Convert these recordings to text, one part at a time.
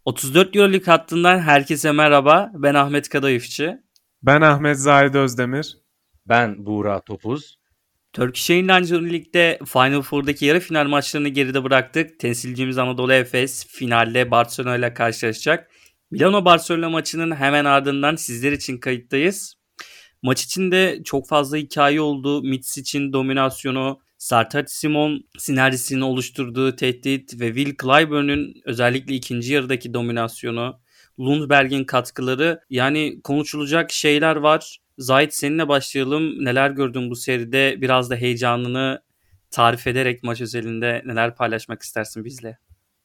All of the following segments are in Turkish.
34 Euroleague hattından herkese merhaba. Ben Ahmet Kadayıfçı. Ben Ahmet Zahid Özdemir. Ben Buğra Topuz. Turkish Airlines Euroleague'de Final Four'daki yarı final maçlarını geride bıraktık. Temsilcimiz Anadolu Efes finalde Barcelona ile karşılaşacak. Milano-Barcelona maçının hemen ardından sizler için kayıttayız. Maç içinde çok fazla hikaye oldu. Mitsic'in dominasyonu, Sertaç Simon sinerjisini oluşturduğu tehdit ve Will Clyburn'un özellikle ikinci yarıdaki dominasyonu, Lundberg'in katkıları, yani konuşulacak şeyler var. Zahit, seninle başlayalım. Neler gördün bu seride? Biraz da heyecanını tarif ederek maç özelinde neler paylaşmak istersin bizle?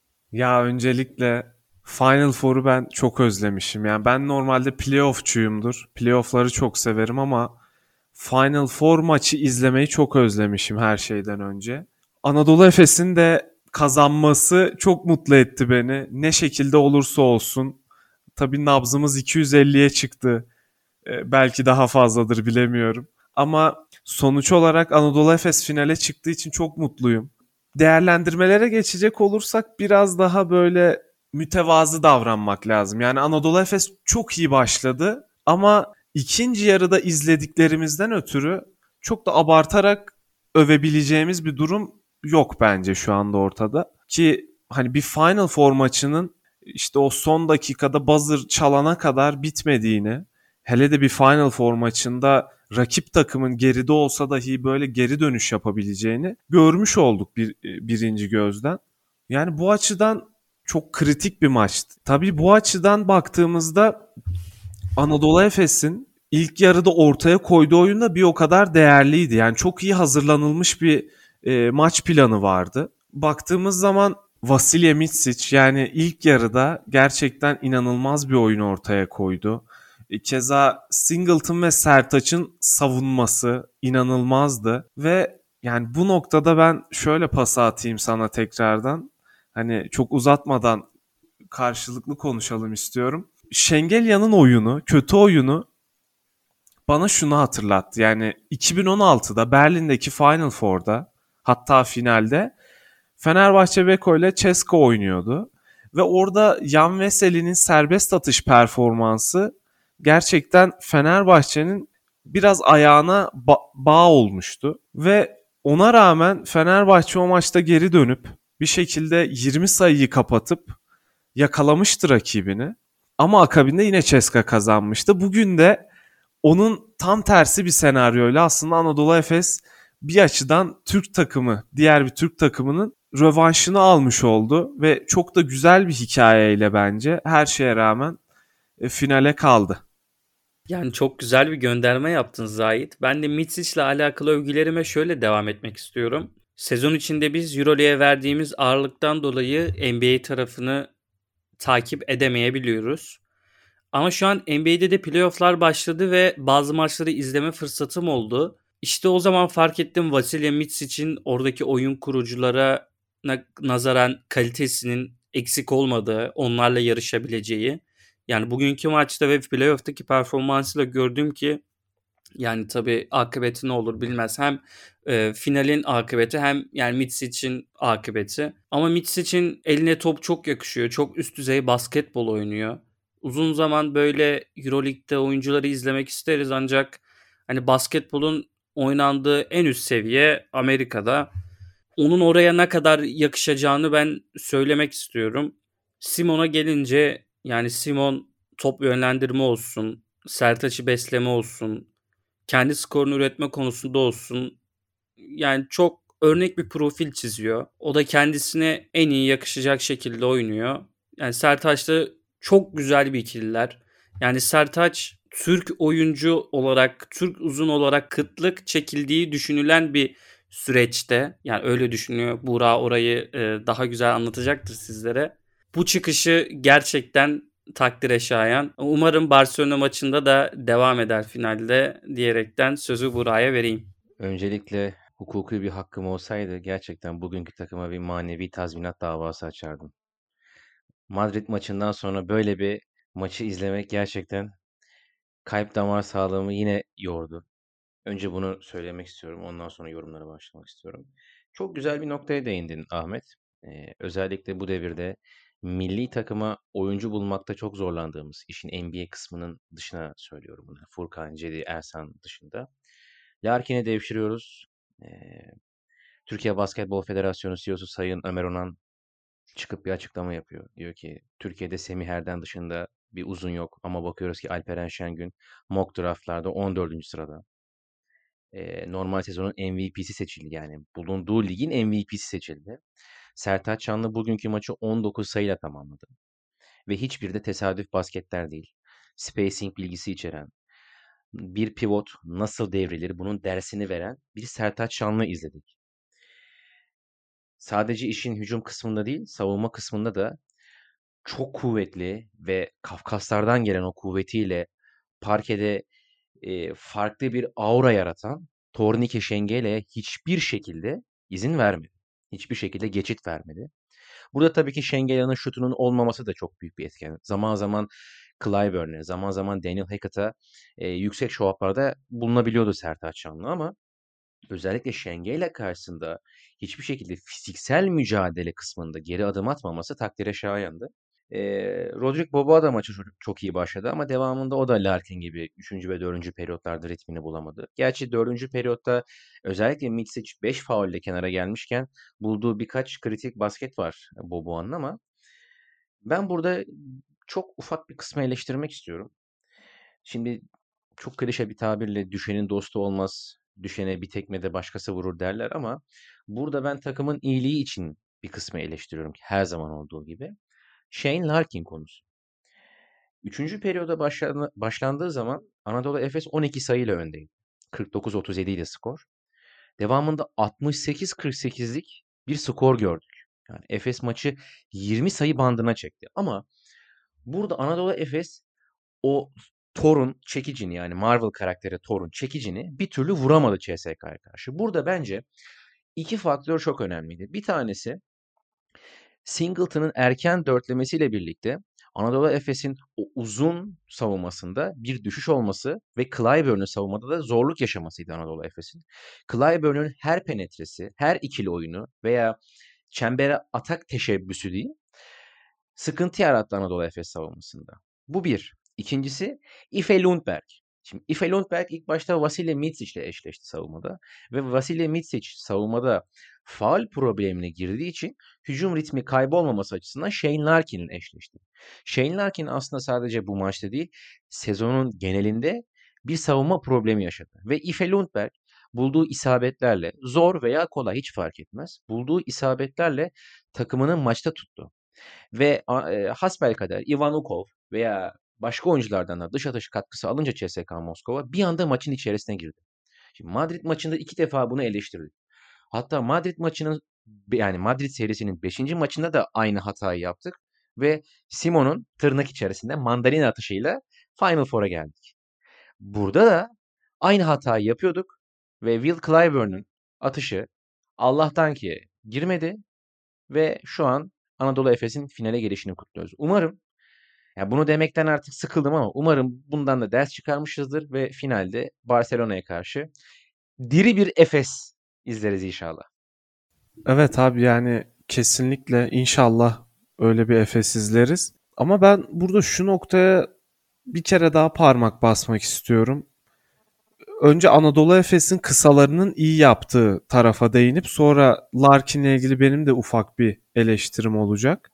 Ya öncelikle Final Four'u ben çok özlemişim. Yani ben normalde playoff'çuyumdur. Playoff'ları çok severim ama Final Four maçı izlemeyi çok özlemişim her şeyden önce. Anadolu Efes'in de kazanması çok mutlu etti beni. Ne şekilde olursa olsun. Tabii nabzımız 250'ye çıktı. Belki daha fazladır bilemiyorum. Ama sonuç olarak Anadolu Efes finale çıktığı için çok mutluyum. Değerlendirmelere geçecek olursak biraz daha böyle mütevazı davranmak lazım. Yani Anadolu Efes çok iyi başladı ama ikinci yarıda izlediklerimizden ötürü çok da abartarak övebileceğimiz bir durum yok bence şu anda ortada. Ki hani bir Final Four maçının işte o son dakikada buzzer çalana kadar bitmediğini, hele de bir Final Four maçında rakip takımın geride olsa dahi böyle geri dönüş yapabileceğini görmüş olduk birinci gözden. Yani bu açıdan çok kritik bir maçtı. Tabii bu açıdan baktığımızda Anadolu Efes'in ilk yarıda ortaya koyduğu oyun da bir o kadar değerliydi. Yani çok iyi hazırlanılmış bir maç planı vardı. Baktığımız zaman Vasilya Mitsic yani ilk yarıda gerçekten inanılmaz bir oyun ortaya koydu. Keza Singleton ve Sertaç'ın savunması inanılmazdı ve yani bu noktada ben şöyle pas atayım sana tekrardan. Hani çok uzatmadan karşılıklı konuşalım istiyorum. Şengelya'nın oyunu, kötü oyunu bana şunu hatırlattı. Yani 2016'da Berlin'deki Final Four'da, hatta finalde Fenerbahçe Beko ile CSKA oynuyordu. Ve orada Jan Veseli'nin serbest atış performansı gerçekten Fenerbahçe'nin biraz ayağına bağ olmuştu. Ve ona rağmen Fenerbahçe o maçta geri dönüp bir şekilde 20 sayıyı kapatıp yakalamıştı rakibini. Ama akabinde yine CSKA kazanmıştı. Bugün de onun tam tersi bir senaryoyla aslında Anadolu Efes bir açıdan Türk takımı, diğer bir Türk takımının rövanşını almış oldu ve çok da güzel bir hikayeyle bence her şeye rağmen finale kaldı. Yani çok güzel bir gönderme yaptın Zahit. Ben de Mitsic'le alakalı övgülerime şöyle devam etmek istiyorum. Sezon içinde biz Euroleague'e verdiğimiz ağırlıktan dolayı NBA tarafını takip edemeyebiliyoruz. Ama şu an NBA'de de playoff'lar başladı ve bazı maçları izleme fırsatım oldu. İşte o zaman fark ettim Vasilya Mitsic'in oradaki oyun kuruculara nazaran kalitesinin eksik olmadığı, onlarla yarışabileceği. Yani bugünkü maçta ve playoff'taki performansıyla gördüm ki, yani tabii akıbeti ne olur bilmez. Hem finalin akıbeti hem yani Mitsic'in akıbeti. Ama Mitsic'in eline top çok yakışıyor. Çok üst düzey basketbol oynuyor. Uzun zaman böyle Euroleague'de oyuncuları izlemek isteriz ancak hani basketbolun oynandığı en üst seviye Amerika'da. Onun oraya ne kadar yakışacağını ben söylemek istiyorum. Simon'a gelince, yani Simon top yönlendirme olsun, Sertaç'ı besleme olsun, kendi skorunu üretme konusunda olsun. Yani çok örnek bir profil çiziyor. O da kendisine en iyi yakışacak şekilde oynuyor. Yani Sertaç'ta çok güzel bir ikililer. Yani Sertaç Türk oyuncu olarak, Türk uzun olarak kıtlık çekildiği düşünülen bir süreçte. Yani öyle düşünüyor. Buğra orayı daha güzel anlatacaktır sizlere. Bu çıkışı gerçekten takdire şayan. Umarım Barcelona maçında da devam eder finalde diyerekten sözü Buğra'ya vereyim. Öncelikle hukuki bir hakkım olsaydı gerçekten bugünkü takıma bir manevi tazminat davası açardım. Madrid maçından sonra böyle bir maçı izlemek gerçekten kalp damar sağlığımı yine yordu. Önce bunu söylemek istiyorum. Ondan sonra yorumlara başlamak istiyorum. Çok güzel bir noktaya değindin Ahmet. Özellikle bu devirde milli takıma oyuncu bulmakta çok zorlandığımız, işin NBA kısmının dışına söylüyorum bunu. Furkan, Cedi, Ersan dışında. Larkin'i devşiriyoruz. Türkiye Basketbol Federasyonu CEO'su Sayın Ömer Onan çıkıp bir açıklama yapıyor. Diyor ki Türkiye'de Semih Erden dışında bir uzun yok ama bakıyoruz ki Alperen Şengün mock draftlarda 14. sırada. Normal sezonun MVP'si seçildi, yani bulunduğu ligin MVP'si seçildi. Sertaç Şanlı bugünkü maçı 19 sayıyla tamamladı. Ve hiçbiri de tesadüf basketler değil. Spacing bilgisi içeren, bir pivot nasıl devrilir bunun dersini veren bir Sertaç Şanlı izledik. Sadece işin hücum kısmında değil, savunma kısmında da çok kuvvetli ve Kafkaslardan gelen o kuvvetiyle parkede farklı bir aura yaratan Tornike Şengele'ye hiçbir şekilde izin vermedi. Hiçbir şekilde geçit vermedi. Burada tabii ki Şengelia'nın şutunun olmaması da çok büyük bir etken. Zaman zaman Clyburn'e, zaman zaman Daniel Hackett'a yüksek show-up'larda bulunabiliyordu Sertaç Şanlı ama özellikle Şengeli karşısında hiçbir şekilde fiziksel mücadele kısmında geri adım atmaması takdire şayandı. Rodrik Boboa da maçı çok iyi başladı ama devamında o da Larkin gibi 3. ve 4. periyotlarda ritmini bulamadı. Gerçi 4. periyotta özellikle Mitsic 5 faulle kenara gelmişken bulduğu birkaç kritik basket var Boboa'nın ama ben burada çok ufak bir kısmı eleştirmek istiyorum. Şimdi çok klişe bir tabirle düşenin dostu olmaz, düşene bir tekmede başkası vurur derler ama burada ben takımın iyiliği için bir kısmı eleştiriyorum ki her zaman olduğu gibi. Shane Larkin konusu. 3. periyoda başlandığı zaman Anadolu Efes 12 sayıyla öndeydi. 49-37 ile skor. Devamında 68-48'lik bir skor gördük. Yani Efes maçı 20 sayı bandına çekti. Ama burada Anadolu Efes o Thor'un çekicini, yani Marvel karakteri Thor'un çekicini bir türlü vuramadı CSK'ya karşı. Burada bence iki faktör çok önemliydi. Bir tanesi Singleton'ın erken dörtlemesiyle birlikte Anadolu Efes'in o uzun savunmasında bir düşüş olması ve Clyburn'un savunmada da zorluk yaşamasıydı Anadolu Efes'in. Clyburn'un her penetresi, her ikili oyunu veya çembere atak teşebbüsü değil, sıkıntı yarattı Anadolu Efes savunmasında. Bu bir. İkincisi Ife Lundberg. Şimdi Ife Lundberg ilk başta Vasilij Micic ile eşleşti savunmada. Ve Vasilij Micic savunmada faul problemine girdiği için hücum ritmi kaybolmaması açısından Shane Larkin'in eşleşti. Shane Larkin aslında sadece bu maçta değil, sezonun genelinde bir savunma problemi yaşadı. Ve Ife Lundberg bulduğu isabetlerle, zor veya kolay hiç fark etmez, bulduğu isabetlerle takımını maçta tuttu. Ve hasbelkader Ivan Ukov veya başka oyunculardan da dış atış katkısı alınca CSKA Moskova bir anda maçın içerisine girdi. Şimdi Madrid maçında 2 defa bunu eleştirdik. Hatta Madrid maçının, yani Madrid serisinin 5. maçında da aynı hatayı yaptık ve Simon'un tırnak içerisinde mandalina atışıyla Final Four'a geldik. Burada da aynı hatayı yapıyorduk ve Will Clyburn'un atışı Allah'tan ki girmedi ve şu an Anadolu Efes'in finale gelişini kutluyoruz. Umarım, ya bunu demekten artık sıkıldım ama umarım bundan da ders çıkarmışızdır ve finalde Barcelona'ya karşı diri bir Efes izleriz inşallah. Evet abi, yani kesinlikle inşallah öyle bir Efes izleriz. Ama ben burada şu noktaya bir kere daha parmak basmak istiyorum. Önce Anadolu Efes'in kısalarının iyi yaptığı tarafa değinip sonra Larkin'le ilgili benim de ufak bir eleştirim olacak.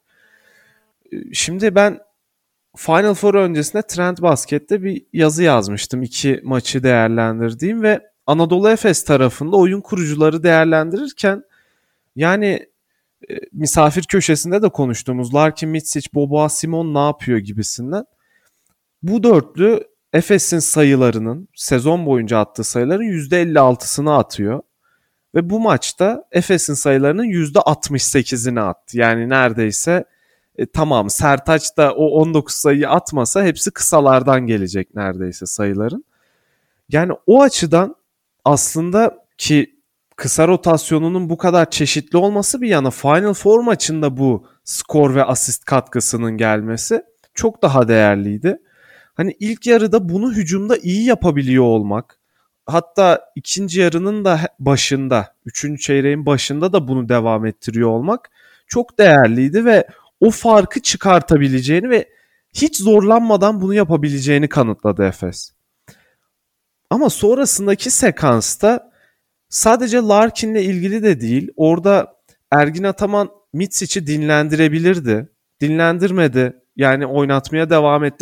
Şimdi ben Final Four öncesinde Trend Basket'te bir yazı yazmıştım. 2 maçı değerlendirdiğim ve Anadolu Efes tarafında oyun kurucuları değerlendirirken yani misafir köşesinde de konuştuğumuz Larkin, Micic, Boboa, Simon ne yapıyor gibisinden. Bu dörtlü Efes'in sayılarının, sezon boyunca attığı sayıların %56'sını atıyor. Ve bu maçta Efes'in sayılarının %68'ini attı. Yani neredeyse tamam, Sertaç da o 19 sayıyı atmasa hepsi kısalardan gelecek neredeyse sayıların. Yani o açıdan aslında ki kısa rotasyonunun bu kadar çeşitli olması bir yana Final Four maçında bu skor ve asist katkısının gelmesi çok daha değerliydi. Hani ilk yarıda bunu hücumda iyi yapabiliyor olmak, hatta ikinci yarının da başında, üçüncü çeyreğin başında da bunu devam ettiriyor olmak çok değerliydi ve o farkı çıkartabileceğini ve hiç zorlanmadan bunu yapabileceğini kanıtladı Efes. Ama sonrasındaki sekansta sadece Larkin'le ilgili de değil. Orada Ergin Ataman Mitsic'i dinlendirebilirdi. Dinlendirmedi. Yani oynatmaya devam etti.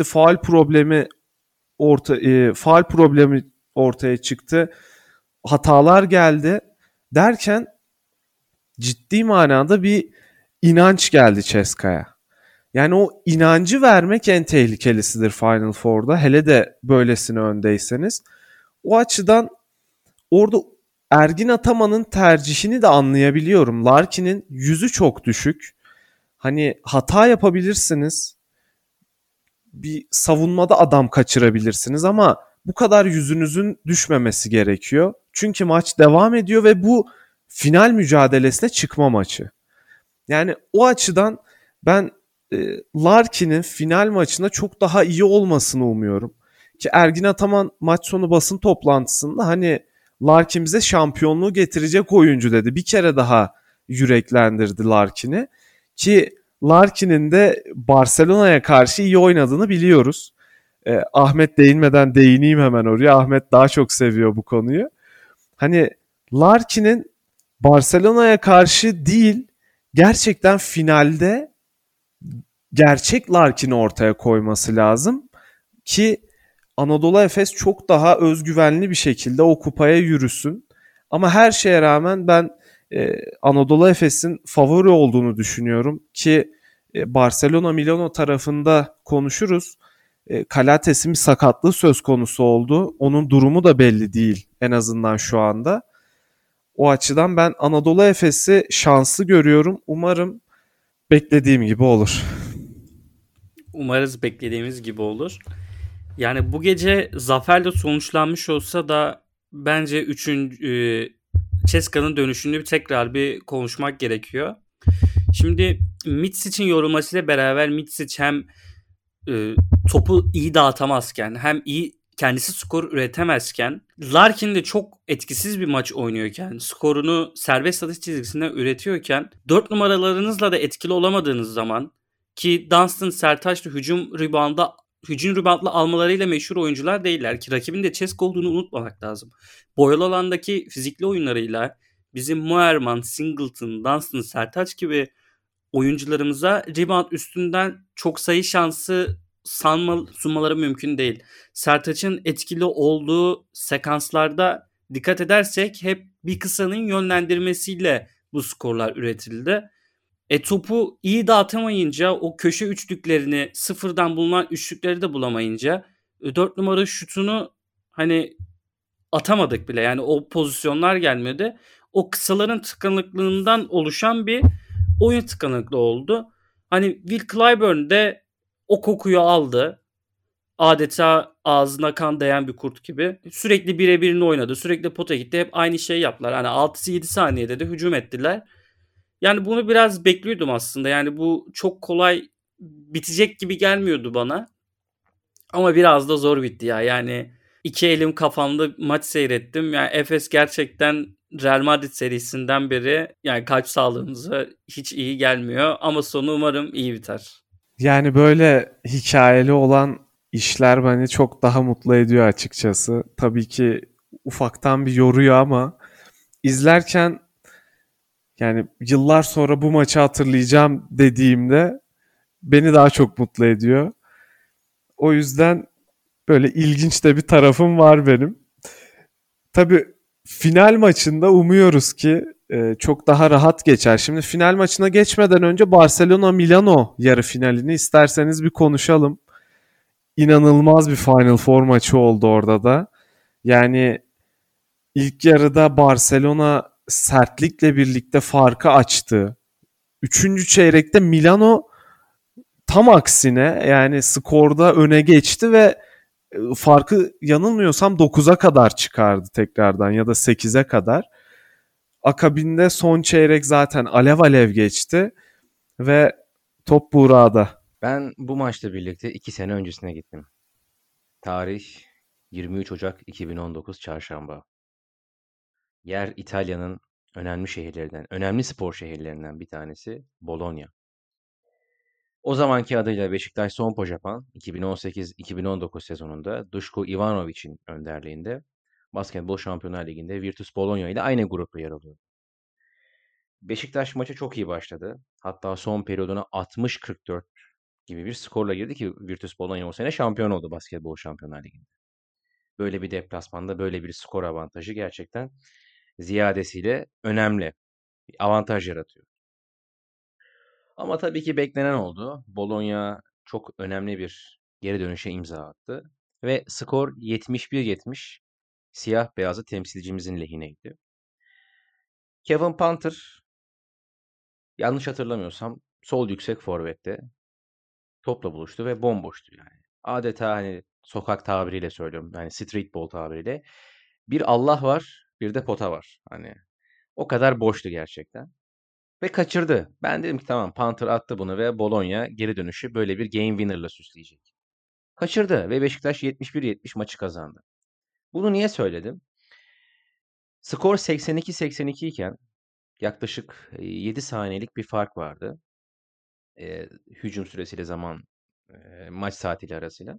Faul problemi ortaya çıktı. Hatalar geldi derken ciddi manada bir inanç geldi Ceska'ya. Yani o inancı vermek en tehlikelisidir Final Four'da. Hele de böylesine öndeyseniz. O açıdan orada Ergin Ataman'ın tercihini de anlayabiliyorum. Larkin'in yüzü çok düşük. Hani hata yapabilirsiniz. Bir savunmada adam kaçırabilirsiniz ama bu kadar yüzünüzün düşmemesi gerekiyor. Çünkü maç devam ediyor ve bu final mücadelesine çıkma maçı. Yani o açıdan ben Larkin'in final maçında çok daha iyi olmasını umuyorum. Ki Ergin Ataman maç sonu basın toplantısında hani Larkin bize şampiyonluğu getirecek oyuncu dedi. Bir kere daha yüreklendirdi Larkin'i. Ki Larkin'in de Barcelona'ya karşı iyi oynadığını biliyoruz. Ahmet değinmeden değineyim hemen oraya. Ahmet daha çok seviyor bu konuyu. Hani Larkin'in Barcelona'ya karşı değil, gerçekten finalde gerçek Larkin'i ortaya koyması lazım ki Anadolu Efes çok daha özgüvenli bir şekilde o kupaya yürüsün. Ama her şeye rağmen ben Anadolu Efes'in favori olduğunu düşünüyorum ki Barcelona Milano tarafında konuşuruz. Kalates'in bir sakatlığı söz konusu oldu. Onun durumu da belli değil en azından şu anda. O açıdan ben Anadolu Efes'i şanslı görüyorum. Umarım beklediğim gibi olur. Umarız beklediğimiz gibi olur. Yani bu gece zaferle sonuçlanmış olsa da bence Ceska'nın dönüşünü tekrar bir konuşmak gerekiyor. Şimdi Mitsic'in yorulmasıyla beraber Mitsic hem topu iyi dağıtamazken hem iyi kendisi skor üretemezken Larkin de çok etkisiz bir maç oynuyorken skorunu serbest atış çizgisinden üretiyorken 4 numaralarınızla da etkili olamadığınız zaman ki Dunstan, Sertaç da hücum reboundla almalarıyla meşhur oyuncular değiller ki rakibin de Ceska olduğunu unutmamak lazım. Boyalı alandaki fizikli oyunlarıyla bizim Moerman, Singleton, Dunstan, Sertaç gibi oyuncularımıza rebound üstünden çok sayı şansı sunmaları mümkün değil. Sertaç'ın etkili olduğu sekanslarda dikkat edersek hep bir kısanın yönlendirmesiyle bu skorlar üretildi. Topu iyi dağıtamayınca o köşe üçlüklerini sıfırdan bulunan üçlükleri de bulamayınca 4 numara şutunu hani atamadık bile. Yani o pozisyonlar gelmedi. O kısaların tıkanıklığından oluşan bir oyun tıkanıklığı oldu. Hani Will Clyburn de o kokuyu aldı. Adeta ağzına kan değen bir kurt gibi. Sürekli birebirini oynadı. Sürekli pota gitti. Hep aynı şeyi yaptılar. Hani 6-7 saniyede de hücum ettiler. Yani bunu biraz bekliyordum aslında. Yani bu çok kolay bitecek gibi gelmiyordu bana. Ama biraz da zor bitti ya. Yani iki elim kafamda maç seyrettim. Yani Efes gerçekten Real Madrid serisinden beri yani kalp sağlığımıza hiç iyi gelmiyor. Ama sonu umarım iyi biter. Yani böyle hikayeli olan işler beni çok daha mutlu ediyor açıkçası. Tabii ki ufaktan bir yoruyor ama izlerken yani yıllar sonra bu maçı hatırlayacağım dediğimde beni daha çok mutlu ediyor. O yüzden böyle ilginç de bir tarafım var benim. Tabii final maçında umuyoruz ki çok daha rahat geçer. Şimdi final maçına geçmeden önce Barcelona-Milano yarı finalini isterseniz bir konuşalım. İnanılmaz bir Final Four maçı oldu orada da. Yani ilk yarıda Barcelona sertlikle birlikte farkı açtı. Üçüncü çeyrekte Milano tam aksine yani skorda öne geçti ve farkı yanılmıyorsam 9'a kadar çıkardı tekrardan ya da 8'e kadar. Akabinde son çeyrek zaten alev alev geçti ve top Buğra'da. Ben bu maçla birlikte 2 sene öncesine gittim. Tarih 23 Ocak 2019 Çarşamba. Yer İtalya'nın önemli şehirlerinden, önemli spor şehirlerinden bir tanesi Bologna. O zamanki adıyla Beşiktaş Sompo Japan 2018-2019 sezonunda Duško Ivanovic'in önderliğinde Basketbol Şampiyonlar Ligi'nde Virtus Bologna ile aynı grupta yer alıyor. Beşiktaş maça çok iyi başladı. Hatta son periyoduna 60-44 gibi bir skorla girdi ki Virtus Bologna o sene şampiyon oldu Basketbol Şampiyonlar Ligi'nde. Böyle bir deplasmanda böyle bir skor avantajı gerçekten ziyadesiyle önemli. Bir avantaj yaratıyor. Ama tabii ki beklenen oldu. Bologna çok önemli bir geri dönüşe imza attı. Ve skor 71-70 siyah beyazlı temsilcimizin lehineydi. Kevin Panther yanlış hatırlamıyorsam sol yüksek forvette topla buluştu ve bomboştu yani. Adeta hani sokak tabiriyle söylüyorum. Yani streetball tabiriyle. Bir Allah var, bir de pota var. Hani o kadar boştu gerçekten. Ve kaçırdı. Ben dedim ki tamam Panther attı bunu ve Bologna geri dönüşü böyle bir game winner'la süsleyecek. Kaçırdı ve Beşiktaş 71-70 maçı kazandı. Bunu niye söyledim? Skor 82-82 iken yaklaşık 7 saniyelik bir fark vardı. Hücum süresiyle maç saatiyle arasıyla.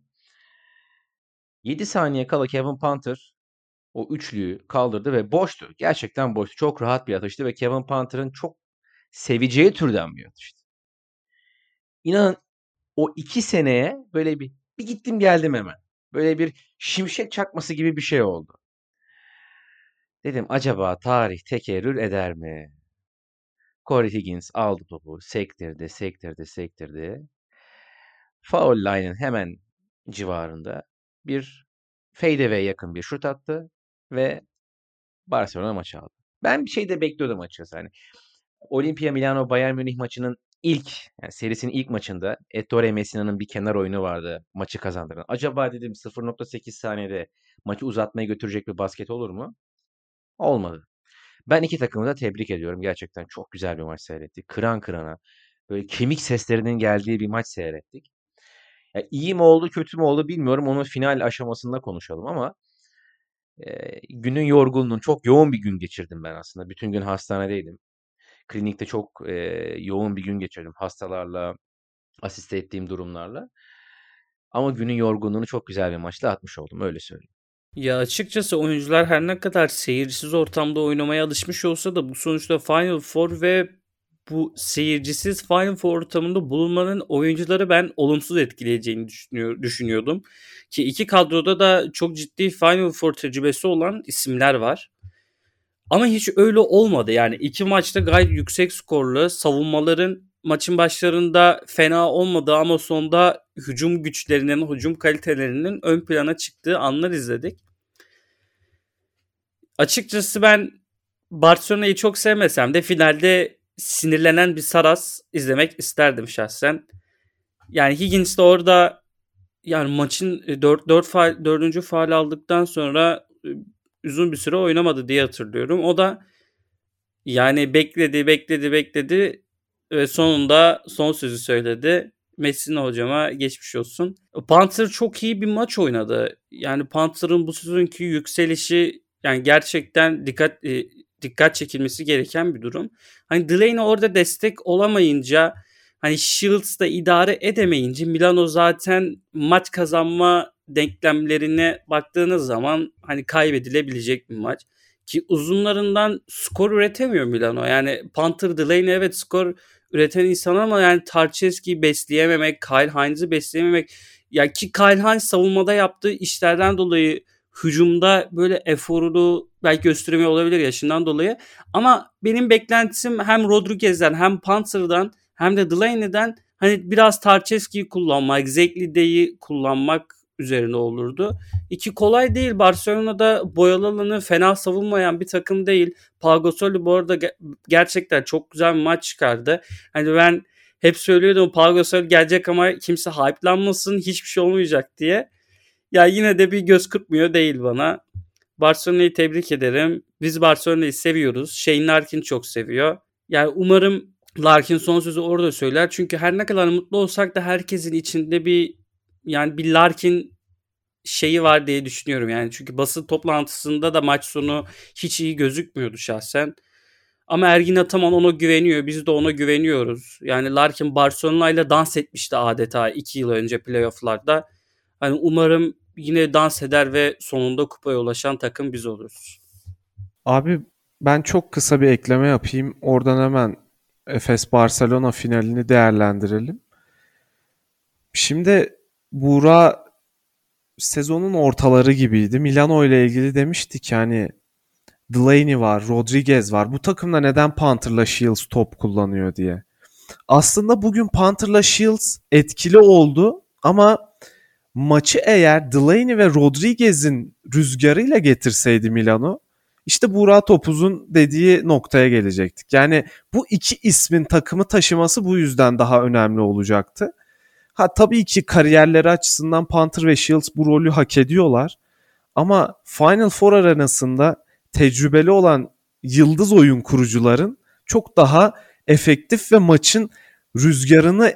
7 saniye kala Kevin Panther o üçlüyü kaldırdı ve boştu. Gerçekten boştu. Çok rahat bir atıştı ve Kevin Panther'ın çok seveceği türden bir atıştı. İnanın o 2 seneye böyle bir gittim geldim hemen. Böyle bir şimşek çakması gibi bir şey oldu. Dedim acaba tarih tekerrür eder mi? Corey Higgins aldı topu, sektirdi. Foul line'ın hemen civarında bir fadeaway yakın bir şut attı ve Barcelona maçı aldı. Ben bir şey de bekliyordum açıkçası. Hani Olimpia Milano Bayern Münih maçının yani serisinin ilk maçında Ettore Messina'nın bir kenar oyunu vardı maçı kazandıran. Acaba dedim 0.8 saniyede maçı uzatmaya götürecek bir basket olur mu? Olmadı. Ben iki takımı da tebrik ediyorum. Gerçekten çok güzel bir maç seyrettik. Kıran kırana böyle kemik seslerinin geldiği bir maç seyrettik. Ya iyi mi oldu, kötü mü oldu bilmiyorum. Onu final aşamasında konuşalım ama günün yorgunluğunu çok yoğun bir gün geçirdim ben aslında. Bütün gün hastanedeydim. Klinikte çok yoğun bir gün geçirdim hastalarla, asiste ettiğim durumlarla. Ama günün yorgunluğunu çok güzel bir maçla atmış oldum öyle söyleyeyim. Ya açıkçası oyuncular her ne kadar seyircisiz ortamda oynamaya alışmış olsa da bu sonuçta Final Four ve bu seyircisiz Final Four ortamında bulunmanın oyuncuları ben olumsuz etkileyeceğini düşünüyordum. Ki iki kadroda da çok ciddi Final Four tecrübesi olan isimler var. Ama hiç öyle olmadı. Yani iki maçta gayet yüksek skorlu, savunmaların maçın başlarında fena olmadı ama sonda hücum güçlerinin, hücum kalitelerinin ön plana çıktığı anlar izledik. Açıkçası ben Barcelona'yı çok sevmesem de finalde sinirlenen bir Saras izlemek isterdim şahsen. Yani Higgins de orada yani maçın 4. faul aldıktan sonra uzun bir süre oynamadı diye hatırlıyorum. O da yani bekledi ve sonunda son sözü söyledi. Messina hocama geçmiş olsun. Panther çok iyi bir maç oynadı. Yani Panther'ın bu sezonki yükselişi yani gerçekten dikkat çekilmesi gereken bir durum. Hani Delaney orada destek olamayınca hani Shields da idare edemeyince Milano zaten maç kazanma denklemlerine baktığınız zaman hani kaybedilebilecek bir maç. Ki uzunlarından skor üretemiyor Milano. Yani Panther Delaney evet skor üreten insan ama yani Tarçevski'yi besleyememek, Kyle Hines'ı besleyememek. Ya ki Kyle Hines savunmada yaptığı işlerden dolayı hücumda böyle eforunu belki gösteremiyor olabilir yaşından dolayı. Ama benim beklentim hem Rodriguez'den hem Panther'dan hem de Delaney'den hani biraz Tarçevski'yi kullanmak, Zeklide'yi kullanmak üzerine olurdu. İki kolay değil. Barcelona'da boyalı alanı fena savunmayan bir takım değil. Pau Gasol bu arada gerçekten çok güzel bir maç çıkardı. Hani ben hep söylüyordum Pau Gasol gelecek ama kimse hype'lanmasın hiçbir şey olmayacak diye. Ya yine de bir göz kırpmıyor değil bana. Barcelona'yı tebrik ederim. Biz Barcelona'yı seviyoruz. Shane Larkin çok seviyor. Yani umarım Larkin son sözü orada söyler. Çünkü her ne kadar mutlu olsak da herkesin içinde bir Larkin şeyi var diye düşünüyorum yani. Çünkü basın toplantısında da maç sonu hiç iyi gözükmüyordu şahsen. Ama Ergin Ataman ona güveniyor. Biz de ona güveniyoruz. Yani Larkin Barcelona ile dans etmişti adeta 2 yıl önce playoff'larda. Hani umarım yine dans eder ve sonunda kupaya ulaşan takım biz oluruz. Abi ben çok kısa bir ekleme yapayım. Oradan hemen Efes Barcelona finalini değerlendirelim. Şimdi Buğra sezonun ortaları gibiydi. Milano ile ilgili demiştik yani Delaney var, Rodriguez var. Bu takımda neden Panther'la Shields top kullanıyor diye. Aslında bugün Panther'la Shields etkili oldu ama maçı eğer Delaney ve Rodriguez'in rüzgarıyla getirseydi Milano, işte Burak Topuz'un dediği noktaya gelecektik. Yani bu iki ismin takımı taşıması bu yüzden daha önemli olacaktı. Ha tabii ki kariyerleri açısından Panther ve Shields bu rolü hak ediyorlar. Ama Final Four arenasında tecrübeli olan yıldız oyun kurucuların çok daha efektif ve maçın rüzgarını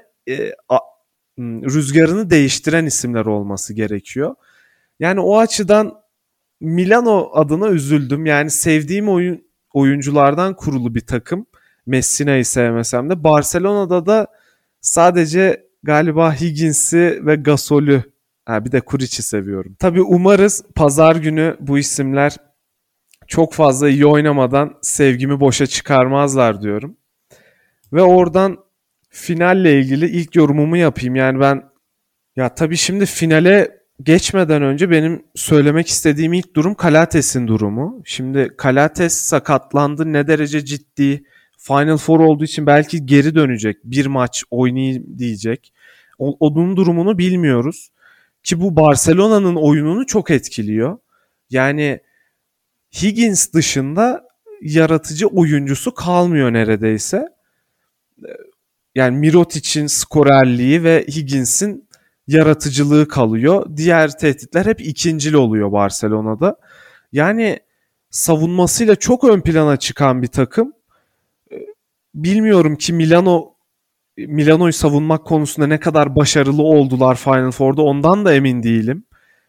rüzgarını değiştiren isimler olması gerekiyor. Yani o açıdan Milano adına üzüldüm. Yani sevdiğim oyunculardan kurulu bir takım. Messina'yı sevmesem de. Barcelona'da da sadece galiba Higgins'i ve Gasol'ü, bir de Kuric'i seviyorum. Tabii umarız pazar günü bu isimler çok fazla iyi oynamadan sevgimi boşa çıkarmazlar diyorum. Ve oradan finalle ilgili ilk yorumumu yapayım. Yani ya tabii şimdi finale geçmeden önce benim söylemek istediğim ilk durum Calates'in durumu. Şimdi Calates sakatlandı. Ne derece ciddi? Final Four olduğu için belki geri dönecek. Bir maç oynayayım diyecek. Onun durumunu bilmiyoruz. Ki bu Barcelona'nın oyununu çok etkiliyor. Yani Higgins dışında yaratıcı oyuncusu kalmıyor neredeyse. Yani Mirotic'in skorerliği ve Higgins'in yaratıcılığı kalıyor. Diğer tehditler hep ikincil oluyor Barcelona'da. Yani savunmasıyla çok ön plana çıkan bir takım. Bilmiyorum ki Milano'yu savunmak konusunda ne kadar başarılı oldular Final Four'da, ondan da emin değilim.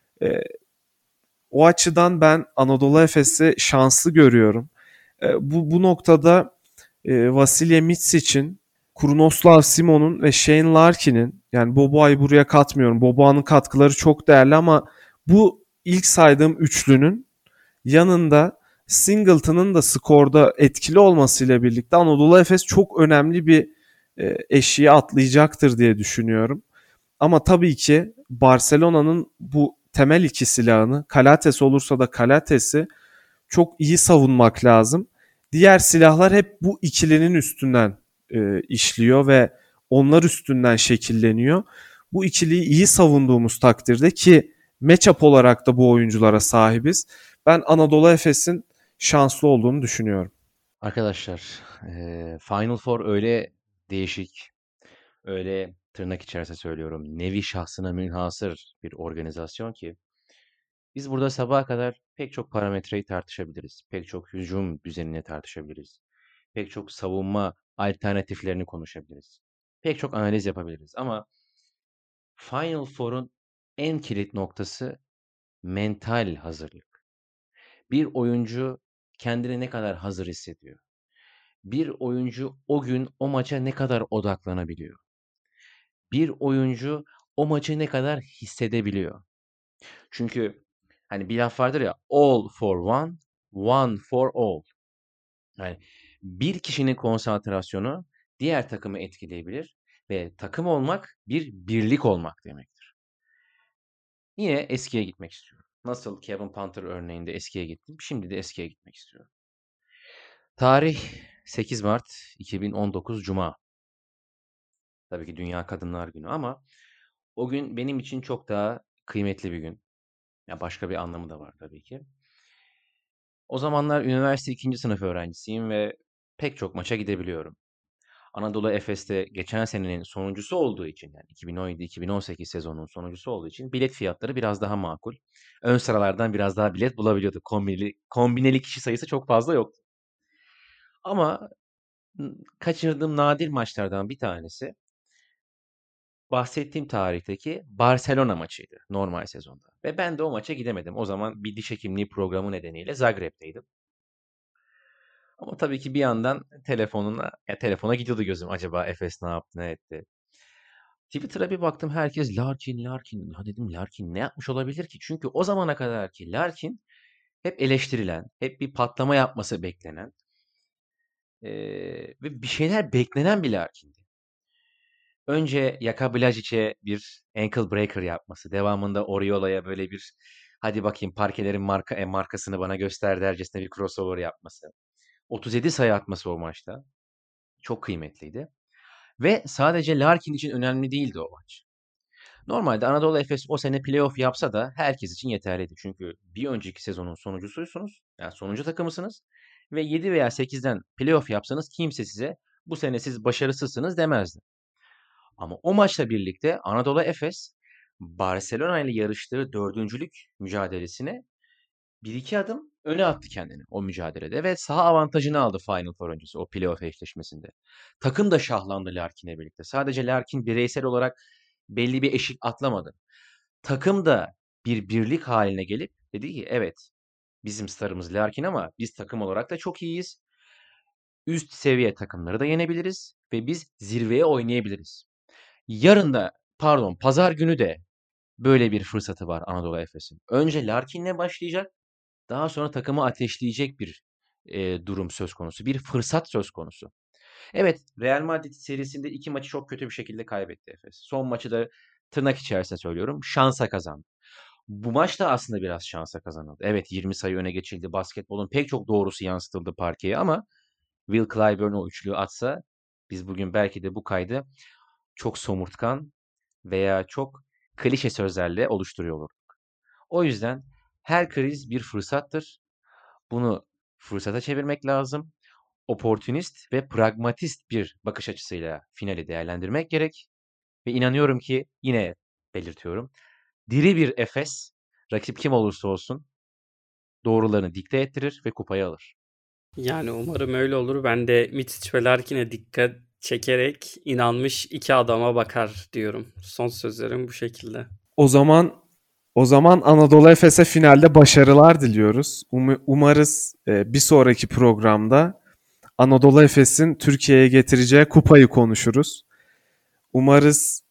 O açıdan ben Anadolu Efes'i şanslı görüyorum. Bu noktada Vasilije Micic'in, Krunoslav Simon'un ve Shane Larkin'in, yani Boboa'yı buraya katmıyorum. Boboa'nın katkıları çok değerli ama bu ilk saydığım üçlünün yanında Singleton'ın da skorda etkili olmasıyla birlikte Anadolu Efes çok önemli bir eşiği atlayacaktır diye düşünüyorum. Ama tabii ki Barcelona'nın bu temel iki silahını, Calates olursa da Calates'i çok iyi savunmak lazım. Diğer silahlar hep bu ikilinin üstünden işliyor ve onlar üstünden şekilleniyor. Bu ikiliyi iyi savunduğumuz takdirde, ki matchup olarak da bu oyunculara sahibiz, ben Anadolu Efes'in şanslı olduğunu düşünüyorum. Arkadaşlar, Final Four öyle değişik, öyle tırnak içerisinde söylüyorum, nevi şahsına münhasır bir organizasyon ki biz burada sabaha kadar pek çok parametreyi tartışabiliriz. Pek çok hücum düzenini tartışabiliriz. Pek çok savunma alternatiflerini konuşabiliriz. Pek çok analiz yapabiliriz. Ama Final Four'un en kilit noktası mental hazırlık. Bir oyuncu kendini ne kadar hazır hissediyor? Bir oyuncu o gün o maça ne kadar odaklanabiliyor? Bir oyuncu o maçı ne kadar hissedebiliyor? Çünkü hani bir laf vardır ya, all for one, one for all. Yani bir kişinin konsantrasyonu diğer takımı etkileyebilir ve takım olmak bir birlik olmak demektir. Yine eskiye gitmek istiyorum. Nasıl Kevin Panther örneğinde eskiye gittim, şimdi de eskiye gitmek istiyorum. Tarih 8 Mart 2019 Cuma. Tabii ki Dünya Kadınlar Günü ama o gün benim için çok daha kıymetli bir gün. Ya başka bir anlamı da var tabii ki. O zamanlar üniversite 2. sınıf öğrencisiyim ve pek çok maça gidebiliyorum. Anadolu Efes'te geçen senenin sonuncusu olduğu için, yani 2017-2018 sezonunun sonuncusu olduğu için bilet fiyatları biraz daha makul. Ön sıralardan biraz daha bilet bulabiliyorduk. Kombineli kişi sayısı çok fazla yoktu. Ama kaçırdığım nadir maçlardan bir tanesi bahsettiğim tarihteki Barcelona maçıydı normal sezonda. Ve ben de o maça gidemedim. O zaman bir diş hekimliği programı nedeniyle Zagreb'teydim. Ama tabii ki bir yandan telefona gidiyordu gözüm. Acaba Efes ne yaptı, ne etti? Twitter'a bir baktım, herkes Larkin, Larkin. Ya dedim, Larkin ne yapmış olabilir ki? Çünkü o zamana kadar ki Larkin hep eleştirilen, hep bir patlama yapması beklenen ve bir şeyler beklenen bir Larkin'di. Önce Jaka Blazic'e bir ankle breaker yapması, devamında Oriola'ya böyle bir hadi bakayım parkelerin markasını bana göster dercesine bir crossover yapması. 37 sayı atması o maçta. Çok kıymetliydi. Ve sadece Larkin için önemli değildi o maç. Normalde Anadolu Efes o sene playoff yapsa da herkes için yeterliydi. Çünkü bir önceki sezonun sonuncusuysunuz. Yani sonuncu takımısınız. Ve 7 veya 8'den playoff yapsanız kimse size bu sene siz başarısızsınız demezdi. Ama o maçla birlikte Anadolu Efes Barcelona ile yarıştığı dördüncülük mücadelesine bir iki adım öne attı kendini o mücadelede ve saha avantajını aldı Final Four öncesi o playoff eşleşmesinde. Takım da şahlandı Larkin'le birlikte. Sadece Larkin bireysel olarak belli bir eşik atlamadı. Takım da bir birlik haline gelip dedi ki evet bizim starımız Larkin ama biz takım olarak da çok iyiyiz. Üst seviye takımları da yenebiliriz ve biz zirveye oynayabiliriz. Yarın da pazar günü de böyle bir fırsatı var Anadolu Efes'in. Önce Larkin'le başlayacak, daha sonra takımı ateşleyecek bir durum söz konusu. Bir fırsat söz konusu. Evet, Real Madrid serisinde 2 maçı çok kötü bir şekilde kaybetti Efes. Son maçı da tırnak içerisinde söylüyorum, şansa kazandı. Bu maç da aslında biraz şansa kazanıldı. Evet, 20 sayı öne geçildi. Basketbolun pek çok doğrusu yansıtıldı parkeye ama Will Clyburn o üçlüyü atsa biz bugün belki de bu kaydı çok somurtkan veya çok klişe sözlerle oluşturuyor olurduk. O yüzden her kriz bir fırsattır. Bunu fırsata çevirmek lazım. Oportunist ve pragmatist bir bakış açısıyla finali değerlendirmek gerek. Ve inanıyorum ki yine belirtiyorum. Diri bir Efes, rakip kim olursa olsun doğrularını dikte ettirir ve kupayı alır. Yani umarım öyle olur. Ben de Mitic ve Larkin'e dikkat çekerek inanmış iki adama bakar diyorum. Son sözlerim bu şekilde. O zaman Anadolu Efes'e finalde başarılar diliyoruz. Umarız bir sonraki programda Anadolu Efes'in Türkiye'ye getireceği kupayı konuşuruz. Umarız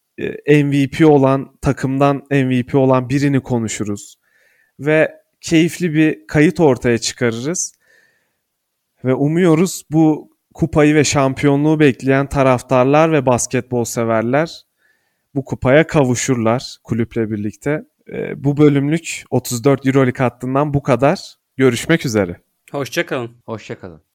takımdan MVP olan birini konuşuruz. Ve keyifli bir kayıt ortaya çıkarırız. Ve umuyoruz bu kupayı ve şampiyonluğu bekleyen taraftarlar ve basketbol severler bu kupaya kavuşurlar kulüple birlikte. Bu bölümlük 34 Euroleague hattından bu kadar. Görüşmek üzere. Hoşça kalın. Hoşça kalın.